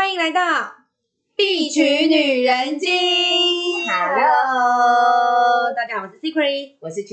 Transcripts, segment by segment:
欢迎来到必娶女人经。 Hello， 大家好，我是 Secret， 我是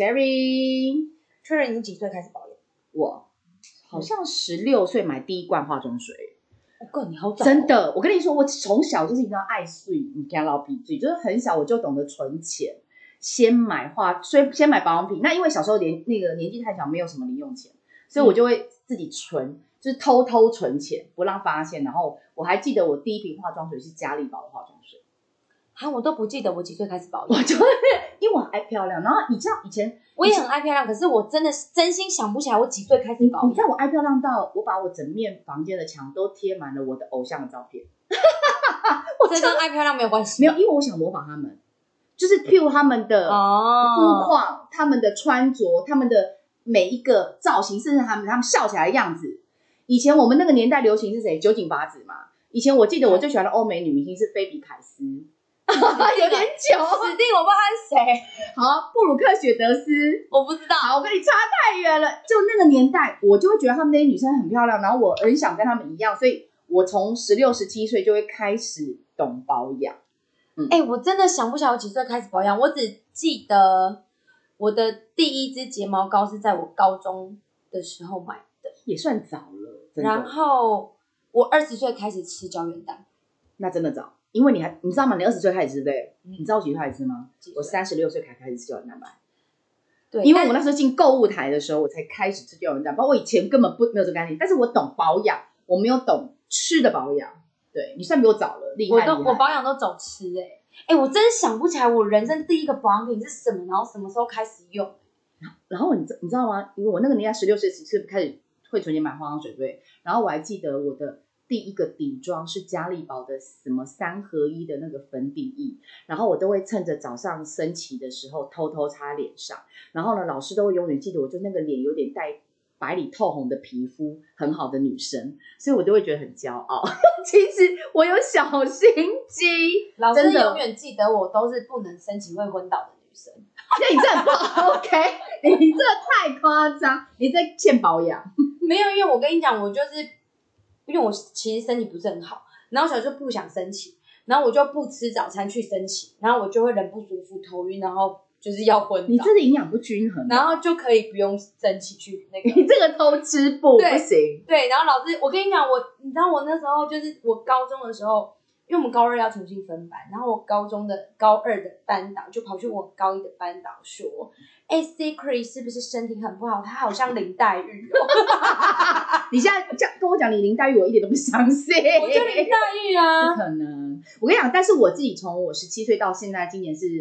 Cherry。 你几岁开始保养？ 我好像16岁买第一罐化妆水。 你好早、 真的，我跟你说，我从小就是你知道爱睡，你看老皮嘴，就是很小我就懂得存钱，先买保养品。那因为小时候年纪太小，没有什么零用钱，所以我就会自己存，就是偷偷存钱，不让发现。然后我还记得我第一瓶化妆水是嘉利宝的化妆水。 我都不记得我几岁开始保养， 我就因为我很爱漂亮，然后你知道以前我也很爱漂亮，可是我真心想不起来我几岁开始保养。 你知道我爱漂亮到我把我整面房间的墙都贴满了我的偶像的照片。 这跟爱漂亮没有关系。 没有，因为我想模仿他们，就是譬如他们的肤况、他们的穿着、他们的每一个造型，甚至他们笑起来的样子。以前我们那个年代流行是谁？酒井法子嘛。以前我记得我最喜欢的欧美女明星是菲比凯斯。有点久， 指定我不知道他是谁。 好，布鲁克雪德斯， 我不知道。 好，我跟你差太远了。就那个年代，我就会觉得他们那些女生很漂亮，然后我很想跟他们一样，所以我从16、17岁就会开始懂保养。 我真的想不起来我几岁开始保养，我只记得我的第一支睫毛膏是在我高中的时候买的， 也算早了。真的。 然后我20岁开始吃胶原蛋白， 那真的早。因为你知道吗？你20岁开始吃，对不对？你知道我几岁开始吃吗？我36岁才开始吃胶原蛋白。 对， 因为我那时候进购物台的时候，我才开始吃胶原蛋白。我以前根本没有这个概念，但是我懂保养，我没有懂吃的保养。对，你算比我早了，厉害。 我保养都走吃我真想不起来我人生第一个保养品是什么，然后什么时候开始用。 然后你知道吗？因为我那个年代16岁17岁开始会存钱买化妆水，对。然后我还记得我的第一个底妆是嘉利宝的什么3合1的那个粉底液，然后我都会趁着早上升旗的时候偷偷擦脸上。然后呢，老师都会永远记得我就那个脸有点带白里透红的皮肤，很好的女生，所以我就会觉得很骄傲。其实我有小心机， 老师永远记得我都是不能升旗会昏倒的女生。 那你这很不好 OK， 你这太夸张，你在欠保养。 没有，因为我跟你讲，我就是因为我其实身体不是很好，然后小时候不想升旗，然后我就不吃早餐去升旗，然后我就会人不舒服、头晕，然后就是要昏倒。 你这是营养不均衡， 然后就可以不用升旗去那个。 你这个偷吃不行。 对，然后老师，我跟你讲，你知道我那时候就是我高中的时候，因为我们高2要重新分班，然后我高2的班导就跑去问我高1的班导说：“Secret 是不是身体很不好？她好像林黛玉哦。” 你现在跟我讲你林黛玉，我一点都不相信。 我就林黛玉啊， 不可能。我跟你讲，但是我自己从我17岁到现在，今年是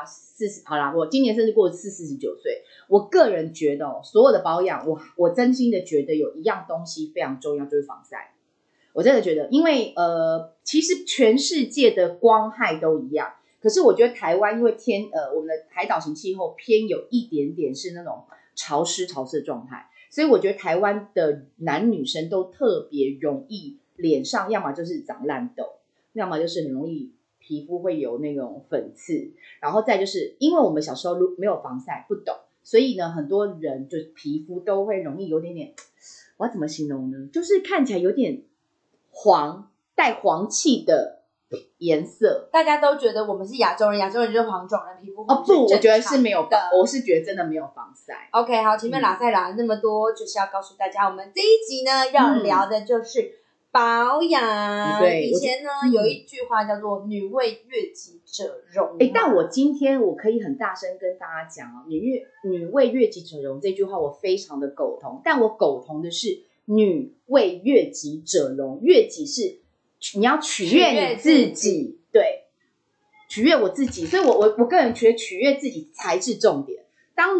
40，好啦，我今年甚至过49岁。我个人觉得所有的保养，我真心的觉得有一样东西非常重要，就是防晒。我真的觉得，因为其实全世界的光害都一样，可是我觉得台湾因为我们的海岛型气候偏有一点点是那种潮湿的状态，所以我觉得台湾的男女生都特别容易脸上要么就是长烂痘，要么就是很容易皮肤会有那种粉刺，然后再就是因为我们小时候没有防晒不懂，所以呢很多人就皮肤都会容易有点点，我要怎么形容呢？就是看起来有点带黄气的颜色。 大家都觉得我们是亚洲人，亚洲人就是黄种人，皮肤不，我觉得是没有我是觉得真的没有防晒。 OK， 好，前面拉塞拉了那么多，就是要告诉大家，我们这一集呢要聊的就是保养。 对， 以前呢有一句话叫做“女为悦己者容”。 但我今天我可以很大声跟大家讲哦，女为悦己者容这句话我非常的苟同，但我苟同的是女为悦己者容，悦己是你要取悦你自己，对，取悦我自己，所以我个人觉得取悦自己才是重点。当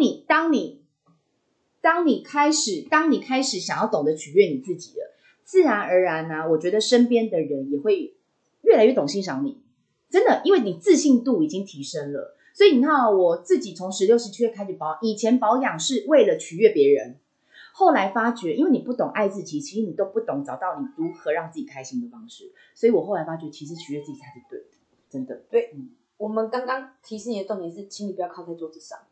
你开始想要懂得取悦你自己了，自然而然啊，我觉得身边的人也会越来越懂欣赏你，真的，因为你自信度已经提升了。所以你看我自己从16、17岁开始保养，以前保养是为了取悦别人，后来发觉，因为你不懂爱自己，其实你都不懂找到你如何让自己开心的方式，所以我后来发觉，其实取悦自己才是对的，真的。 对，我们刚刚提示你的重点是，请你不要靠在桌子上。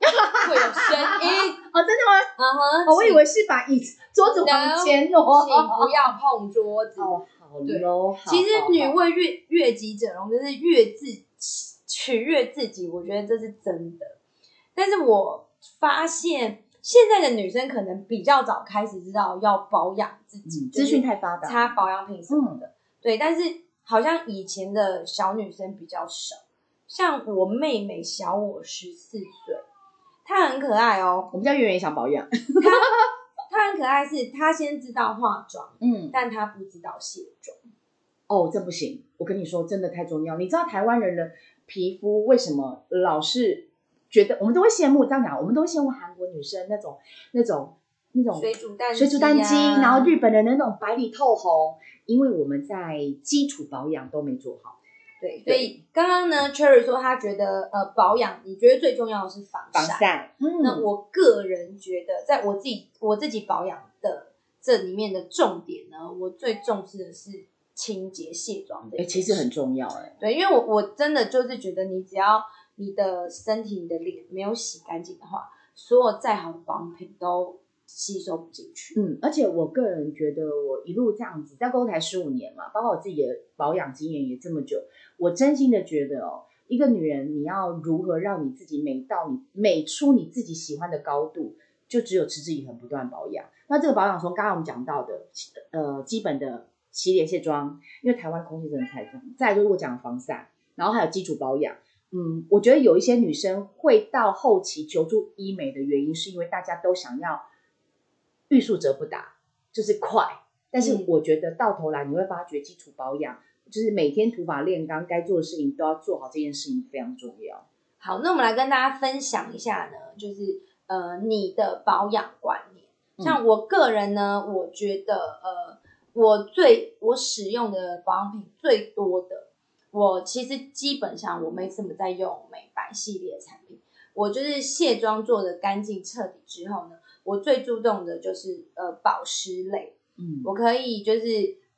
会有声音。 哦，真的吗？我以为是把桌子往前挪， 请不要碰桌子。 好 low。 其实女为悦己者容，就是取悦自己，我觉得这是真的。但是我发现现在的女生可能比较早开始知道要保养自己， 资讯太发达， 擦保养品什么的。对，但是好像以前的小女生比较少。像我妹妹小我14岁，她很可爱哦。 我们家圆圆想保养， 她很可爱，是她先知道化妆，但她不知道卸妆。 哦，这不行！我跟你说，真的太重要。你知道台湾人的皮肤为什么老是觉得我们都会羡慕？这样讲，我们都会羡慕韩国女生那种水煮蛋肌，然后日本人的那种白里透红，因为我们在基础保养都没做好。 对，所以刚刚呢 ，Cherry 说他觉得保养，你觉得最重要的是防晒。那我个人觉得，在我自己保养的这里面的重点呢，我最重视的是清洁卸妆的。 其实很重要对，因为我真的就是觉得，你只要你的身体、你的脸没有洗干净的话，所有再好的保养品都吸收不进去。 而且我个人觉得，我一路这样子在购物台15年嘛，包括我自己的保养经验也这么久，我真心的觉得一个女人你要如何让你自己美出你自己喜欢的高度，就只有持之以恒不断保养。那这个保养从刚刚我们讲到的基本的洗脸卸妆，因为台湾空气真的太脏，再来就是我讲的防晒，然后还有基础保养。我觉得有一些女生会到后期求助医美的原因，是因为大家都想要欲速则不达，就是快。但是我觉得到头来你会发觉基础保养就是每天土法炼钢，该做的事情都要做好，这件事情非常重要。 好，那我们来跟大家分享一下呢，就是你的保养观念。像我个人呢，我觉得我使用的保养品最多的，我其实基本上我没怎么在用美白系列的产品。我就是卸妆做的干净彻底之后呢，我最注重的就是保湿类。我可以就是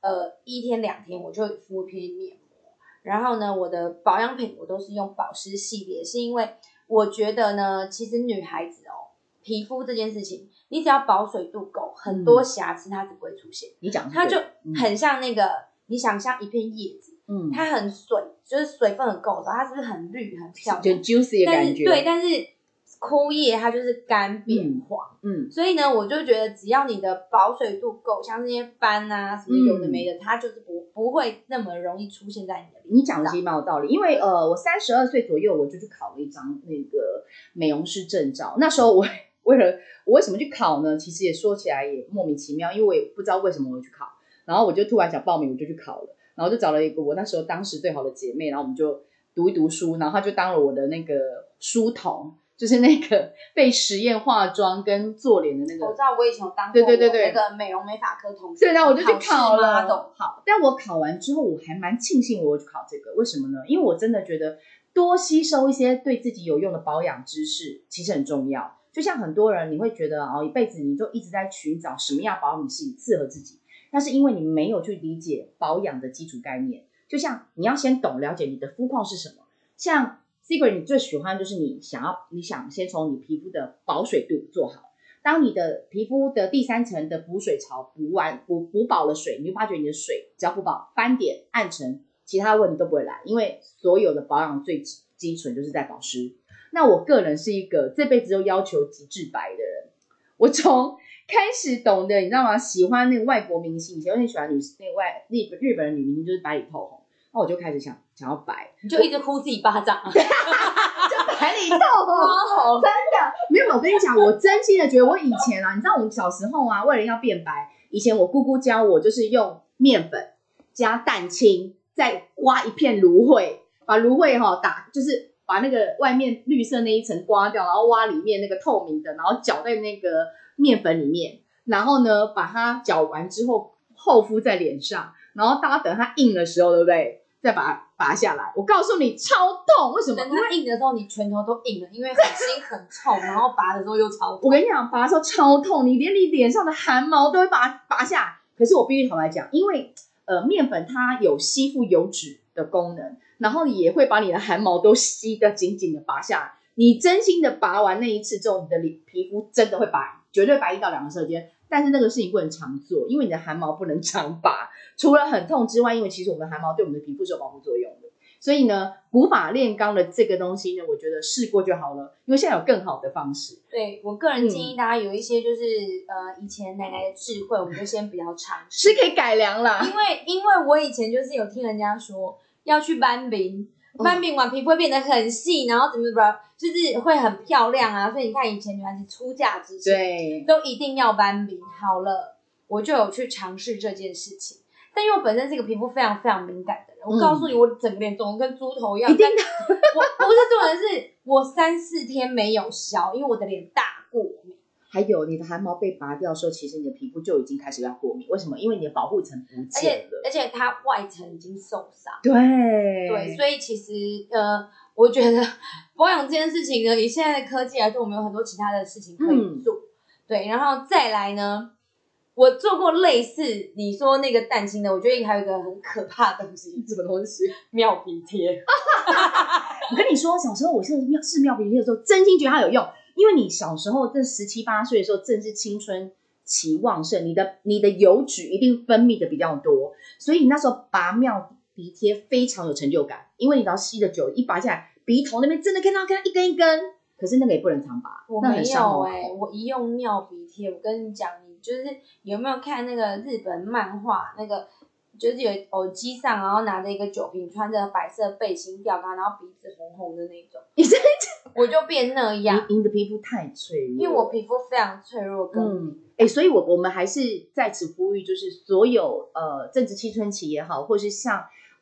1天2天我就敷一片面膜，然后呢我的保养品我都是用保湿系列，是因为我觉得呢，其实女孩子皮肤这件事情，你只要保水度够，很多瑕疵它是不会出现。 你讲它就很像那个，你想象一片叶子，它很水，就是水分很够的时候，它是不是很绿很漂亮， 就 juicy 的感觉。 对，但是枯叶它就是干变黄。所以呢，我就觉得只要你的保水度够，像这些斑啊什么有的没的，它就是不会那么容易出现在你的脸上。 你讲的其实蛮有道理，因为我32岁左右我就去考了一张那个美容师证照。那时候我为什么去考呢？其实也说起来也莫名其妙，因为我也不知道为什么我去考，然后我就突然想报名，我就去考了，然后就找了一个我那时候当时最好的姐妹，然后我们就读一读书，然后她就当了我的那个书童，就是那个被实验化妆跟做脸的那个。 我知道，我以前有当过那个美容美发科同事。 对，然后我就去考了。好，但我考完之后，我还蛮庆幸我去考这个。为什么呢？因为我真的觉得多吸收一些对自己有用的保养知识，其实很重要。就像很多人，你会觉得一辈子你就一直在寻找什么样保养品是适合自己，但是因为你没有去理解保养的基础概念。就像你要先了解你的肤况是什么，像Secret 你最喜欢就是你想先从你皮肤的保水度做好。当你的皮肤的第3层的补水槽补饱了水，你会发觉你的水只要补饱，斑点暗沉其他问题都不会来，因为所有的保养最基础就是在保湿。那我个人是一个这辈子都要求极致白的人，我从开始懂得你知道吗，喜欢那个外国明星，以前我很喜欢日本的女明星，就是白里透红，那我就开始想要白， 你就一直呼自己巴掌就白里透红真的没有。我跟你讲，我真心的觉得我以前你知道我们小时候为了要变白，以前我姑姑教我就是用面粉加蛋清，再刮一片芦荟，把芦荟就是把那个外面绿色那一层刮掉，然后挖里面那个透明的，然后搅在那个面粉里面，然后呢把它搅完之后厚敷在脸上，然后等它硬的时候，对不对？再把它拔下来。我告诉你超痛，为什么？ 等它硬的时候你拳头都硬了，因为很心很臭，然后拔的时候又超痛。 我跟你讲，拔的时候超痛，你连你脸上的汗毛都会把它拔下来。可是我必须坦白讲，因为面粉它有吸附油脂的功能，然后也会把你的汗毛都吸得紧紧的拔下来， 你真心的拔完那一次之后，你的皮肤真的会白，绝对白1到2个射间。但是那个事情不能常做，因为你的汗毛不能常拔，除了很痛之外，因为其实我们的汗毛对我们的皮肤是有保护作用的。所以呢，古法炼钢的这个东西呢，我觉得试过就好了，因为现在有更好的方式。 对，我个人建议大家有一些就是以前奶奶的智慧，我们就先不要尝试， 是可以改良啦。 因为我以前就是有听人家说要去斑冰，斑冰完皮肤会变得很细，然后怎么就是会很漂亮啊。所以你看以前女孩子出嫁之前， 对， 都一定要斑冰。好了，我就有去尝试这件事情。但因为我本身是一个皮肤非常非常敏感的人，我告诉你，我整个脸肿得跟猪头一样。 一定的， 我不是重点是，我3-4天没有消，因为我的脸大过敏。 还有你的汗毛被拔掉的时候，其实你的皮肤就已经开始要过敏。为什么？因为你的保护层不见了， 而且它外层已经受伤。 对， 所以其实我觉得保养这件事情呢，以现在的科技来说，我们有很多其他的事情可以做。对，然后再来呢，我做过类似你说那个蛋清的，我觉得还有一个很可怕的东西。 什么东西？ 妙鼻贴。 我跟你说，小时候我试妙鼻贴的时候，真心觉得它有用，因为你小时候这17、18岁的时候，正是青春期旺盛，你的油脂一定分泌的比较多，所以你那时候拔妙鼻贴非常有成就感，因为你只要吸的久，一拔下来，鼻头那边真的看到一根一根，可是那个也不能常拔， 我没有我一用妙鼻贴，我跟你讲，你就是有没有看那个日本漫画那个？就是有偶机上，然后拿着一个酒瓶，穿着白色背心吊杆，然后鼻子红红的那种。我就变那样。 你的皮肤太脆弱， 因为我皮肤非常脆弱跟敏。 所以我们还是在此呼吁，就是所有正值青春期也好，或是像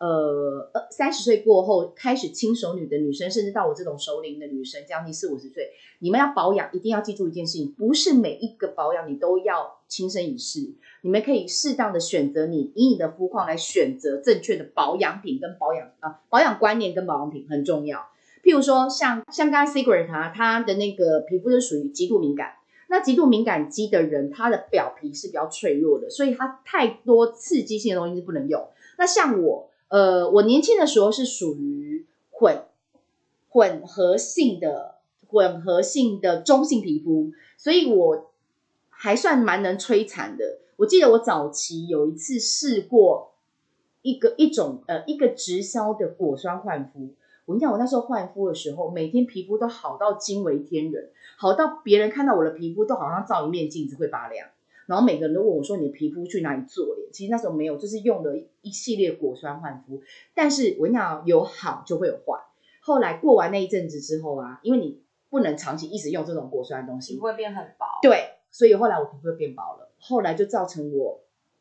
30岁过后开始轻熟女的女生，甚至到我这种熟龄的女生，将近40、50岁，你们要保养，一定要记住一件事情，不是每一个保养你都要亲身一试，你们可以适当的选择以你的肤况来选择正确的保养品跟保养观念跟保养品很重要。譬如说像刚刚 Secret 他的那个皮肤是属于极度敏感，那极度敏感肌的人，他的表皮是比较脆弱的，所以他太多刺激性的东西是不能用。那像我年轻的时候是属于混合性的中性皮肤，所以我还算蛮能摧残的。我记得我早期有一次试过一个直销的果酸焕肤，我跟你讲，我那时候焕肤的时候，每天皮肤都好到惊为天人，好到别人看到我的皮肤都好像照一面镜子会发亮。然后每个人都问我说：“你的皮肤去哪里做脸？”其实那时候没有，就是用了一系列果酸焕肤。但是我跟你讲，有好就会有坏。后来过完那一阵子之后啊，因为你不能长期一直用这种果酸的东西， 皮肤会变很薄。 对，所以后来我皮肤变薄了。后来就造成我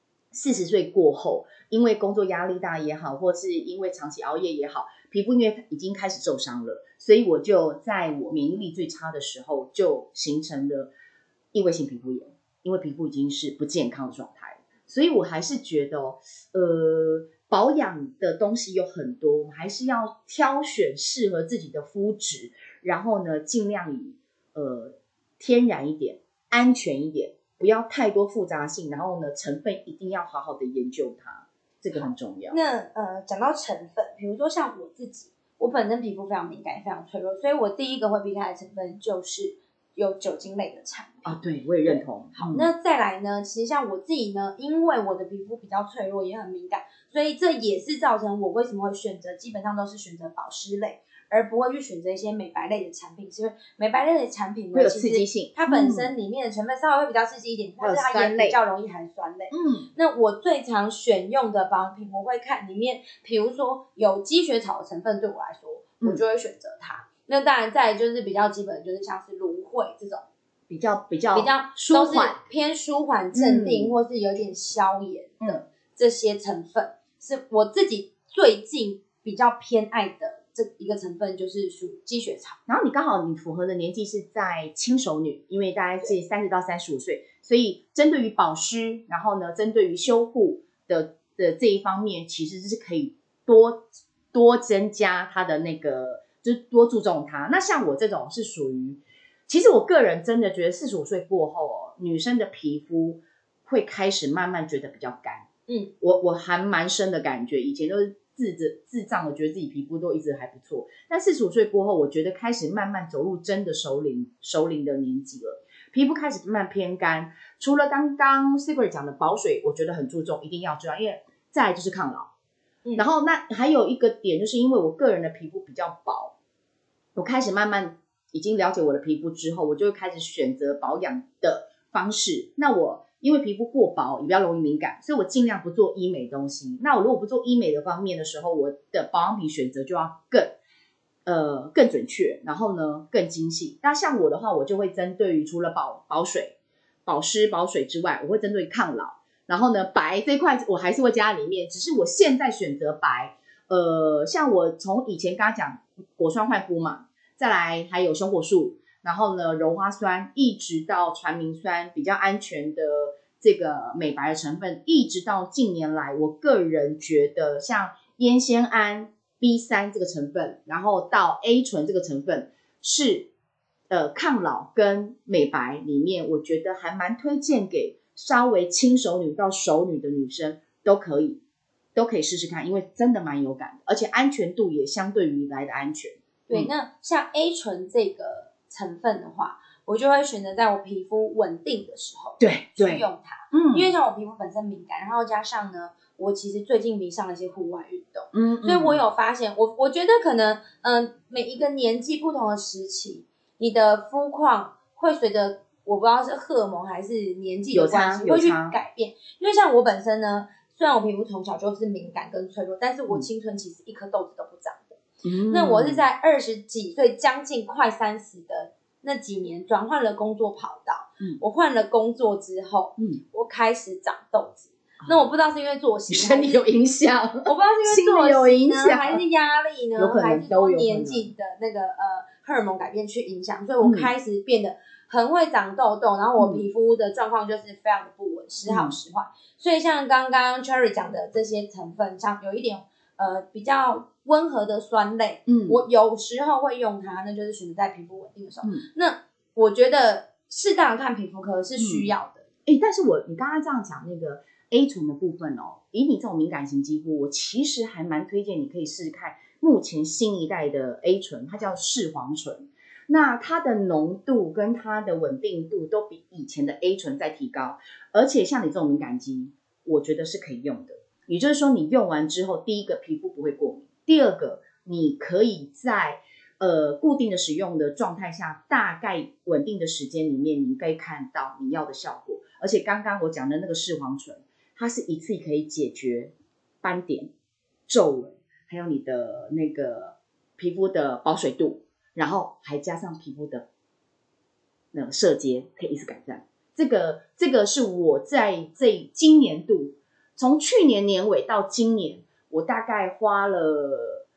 40岁过后，因为工作压力大也好，或是因为长期熬夜也好，皮肤因为已经开始受伤了，所以我就在我免疫力最差的时候，就形成了异位性皮肤炎。因为皮肤已经是不健康的状态，所以我还是觉得保养的东西有很多，我们还是要挑选适合自己的肤质，然后呢尽量以天然一点，安全一点，不要太多复杂性，然后呢成分一定要好好的研究它，这个很重要。 那讲到成分，比如说像我自己，我本身皮肤非常敏感，非常脆弱，所以我第一个会避开的成分就是有酒精类的产品啊，对，我也认同。 好，那再来呢？其实像我自己呢，因为我的皮肤比较脆弱，也很敏感，所以这也是造成我为什么会选择，基本上都是选择保湿类，而不会去选择一些美白类的产品，是因为美白类的产品呢， 会有刺激性， 它本身里面的成分稍微会比较刺激一点，但是它也比较容易含酸类。那我最常选用的保养品，我会看里面，比如说有积雪草的成分，对我来说，我就会选择它。那当然，再来就是比较基本，就是像是芦荟这种比较舒缓、偏舒缓镇定，或是有点消炎的这些成分，是我自己最近比较偏爱的这一个成分，就是属积雪草。 然后你刚好你符合的年纪是在轻熟女，因为大概是30到35岁，所以针对于保湿，然后呢，针对于修护的这一方面，其实是可以多增加它的那个。就是多注重它。那像我这种是属于，其实我个人真的觉得45岁过后女生的皮肤会开始慢慢觉得比较干。我还蛮深的感觉，以前都是智障的觉得自己皮肤都一直还不错，但45岁过后，我觉得开始慢慢走入真的熟龄的年纪了，皮肤开始慢慢偏干。除了刚刚 Secret 讲的保水，我觉得很注重，一定要知道，因为再来就是抗老。然后那还有一个点，就是因为我个人的皮肤比较薄，我开始慢慢已经了解我的皮肤之后，我就会开始选择保养的方式。那我因为皮肤过薄也比较容易敏感，所以我尽量不做医美东西。那我如果不做医美的方面的时候，我的保养品选择就要更准确，然后呢更精细。那像我的话，我就会针对于除了保水、保湿、保水之外，我会针对抗老。然后呢，白这一块我还是会加在里面，只是我现在选择白。像我从以前刚刚讲果酸焕肤嘛，再来还有熊果树，然后呢柔花酸，一直到传明酸比较安全的这个美白的成分，一直到近年来，我个人觉得像烟酰胺 B3 这个成分，然后到 A 醇这个成分是抗老跟美白里面，我觉得还蛮推荐给稍微轻熟女到熟女的女生都可以试试看，因为真的蛮有感的，而且安全度也相对于来的安全。 对，那像 A 醇这个成分的话，我就会选择在我皮肤稳定的时候去用它。因为像我皮肤本身敏感，然后加上呢，我其实最近迷上了一些户外运动，所以我有发现，我觉得可能每一个年纪不同的时期，你的肤况会随着我不知道是荷尔蒙还是年纪的关系会去改变。因为像我本身呢，虽然我皮肤从小就是敏感跟脆弱，但是我青春其实一颗痘子都不长的。那我是在20几岁将近快30的那几年转换了工作跑道。我换了工作之后，我开始长痘子。那我不知道是因为作息， 身体有影响， 我不知道是因为作息呢，还是压力呢，还是说年纪的那个荷尔蒙改变去影响，所以我开始变得很会长痘痘，然后我皮肤的状况就是非常的不稳，时好时坏。所以像刚刚 Cherry 讲的这些成分，像有一点比较温和的酸类，我有时候会用它，那就是选择在皮肤稳定的时候。那我觉得适当的看皮肤科是需要的。 但是你刚刚这样讲那个 A 醇的部分哦，以你这种敏感型肌肤，我其实还蛮推荐你可以试试看目前新一代的 A 醇，它叫视黄醇。那它的浓度跟它的稳定度都比以前的 A 醇再提高，而且像你这种敏感肌，我觉得是可以用的。也就是说，你用完之后，第一个皮肤不会过敏，第二个你可以在固定的使用的状态下，大概稳定的时间里面，你可以看到你要的效果。而且刚刚我讲的那个视黄醇，它是一次可以解决斑点、皱纹，还有你的那个皮肤的保水度，然后还加上皮肤的那个色阶，可以一直改善。这个是我在今年度，从去年年尾到今年，我大概花了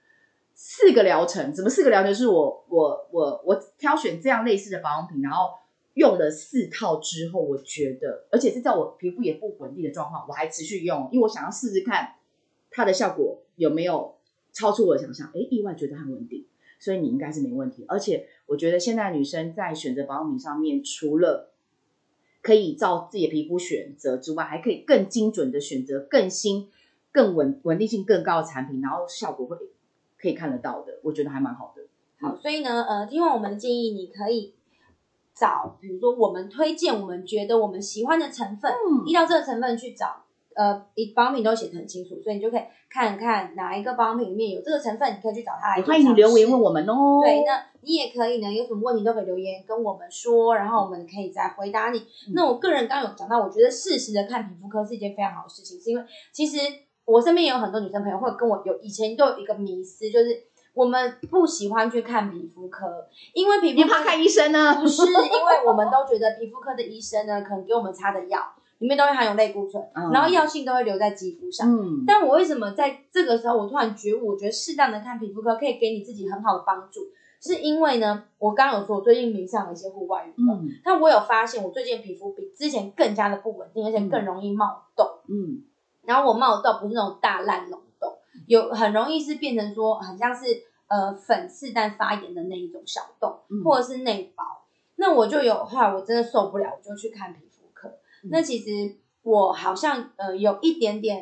4个疗程。怎么4个疗程？就是我挑选这样类似的保养品，然后用了4套之后，我觉得，而且是在我皮肤也不稳定的状况，我还持续用，因为我想要试试看它的效果有没有超出我的想象。意外觉得很稳定，所以你应该是没问题。而且我觉得现在女生在选择保养品上面，除了可以照自己的皮肤选择之外，还可以更精准的选择更新、更稳定性更高的产品，然后效果可以看得到的，我觉得还蛮好的。 好，所以呢，听完我们的建议，你可以找，比如说我们推荐我们觉得我们喜欢的成分，依照这个成分去找。保养品都写得很清楚，所以你就可以看看哪一个保养品里面有这个成分，你可以去找它来。 欢迎你留言问我们哦。 对，那你也可以呢，有什么问题都可以留言跟我们说，然后我们可以再回答你。那我个人刚刚有讲到，我觉得适时的看皮肤科是一件非常好的事情，是因为其实我身边也有很多女生朋友会跟我以前都有一个迷思，就是我们不喜欢去看皮肤科，因为皮肤科你怕看医生呢？ 不是，因为我们都觉得皮肤科的医生呢，可能给我们擦的药里面都会含有类固醇，然后药性都会留在肌肤上。但我为什么在这个时候我突然觉悟，我觉得适当的看皮肤科可以给你自己很好的帮助，是因为呢，我刚刚有说我最近迷上了一些户外运动，但我有发现我最近的皮肤比之前更加的不稳定，而且更容易冒痘。然后我冒痘不是那种大烂脓痘，有很容易是变成说很像是粉刺但发炎的那一种小洞，或者是内包。那我就有后来我真的受不了，我就去看皮肤科。那其实我好像有一点点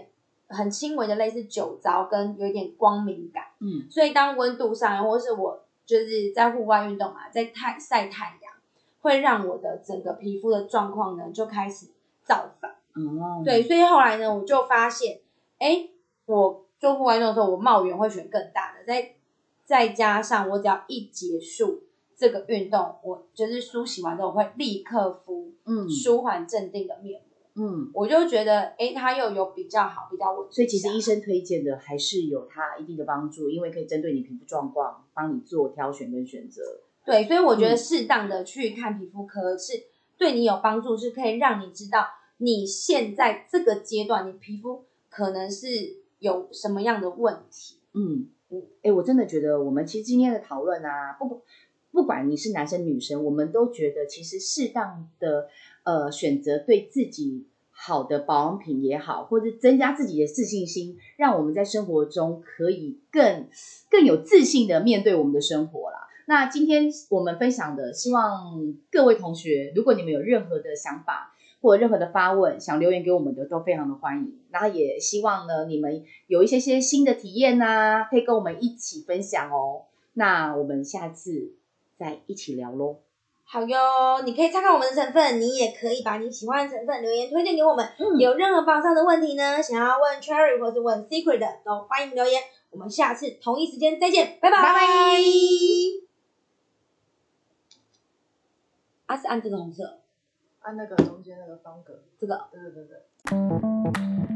很轻微的类似酒糟跟有一点光敏感， 嗯， 所以当温度上或是我就是在户外运动嘛，在晒太阳，会让我的整个皮肤的状况呢就开始造反。对，所以后来呢，我就发现，我做户外运动的时候，我冒烟会选更大的，再加上我只要一结束这个运动，我就是梳洗完之后，我会立刻敷舒缓镇定的面膜。我就觉得，它又有比较好，比较稳定。 所以其实医生推荐的还是有它一定的帮助，因为可以针对你皮肤状况，帮你做挑选跟选择。 对，所以我觉得适当的去看皮肤科是对你有帮助，是可以让你知道你现在这个阶段，你皮肤可能是有什么样的问题。 我真的觉得我们其实今天的讨论啊，不管你是男生女生，我们都觉得其实适当的选择对自己好的保养品也好，或者增加自己的自信心，让我们在生活中可以更有自信的面对我们的生活啦。那今天我们分享的，希望各位同学，如果你们有任何的想法或者任何的发问，想留言给我们的，都非常的欢迎。然后也希望呢，你们有一些新的体验啊，可以跟我们一起分享哦。那我们下次再一起聊咯。 好哟，你可以参考我们的成分，你也可以把你喜欢的成分留言推荐给我们。有任何保养上的问题呢，想要問 Cherry 或是問 Secret 的，都欢迎留言。我们下次同一时间再见，拜拜。拜拜。是按这个红色， 按那个中间那个方格， 这个。 对。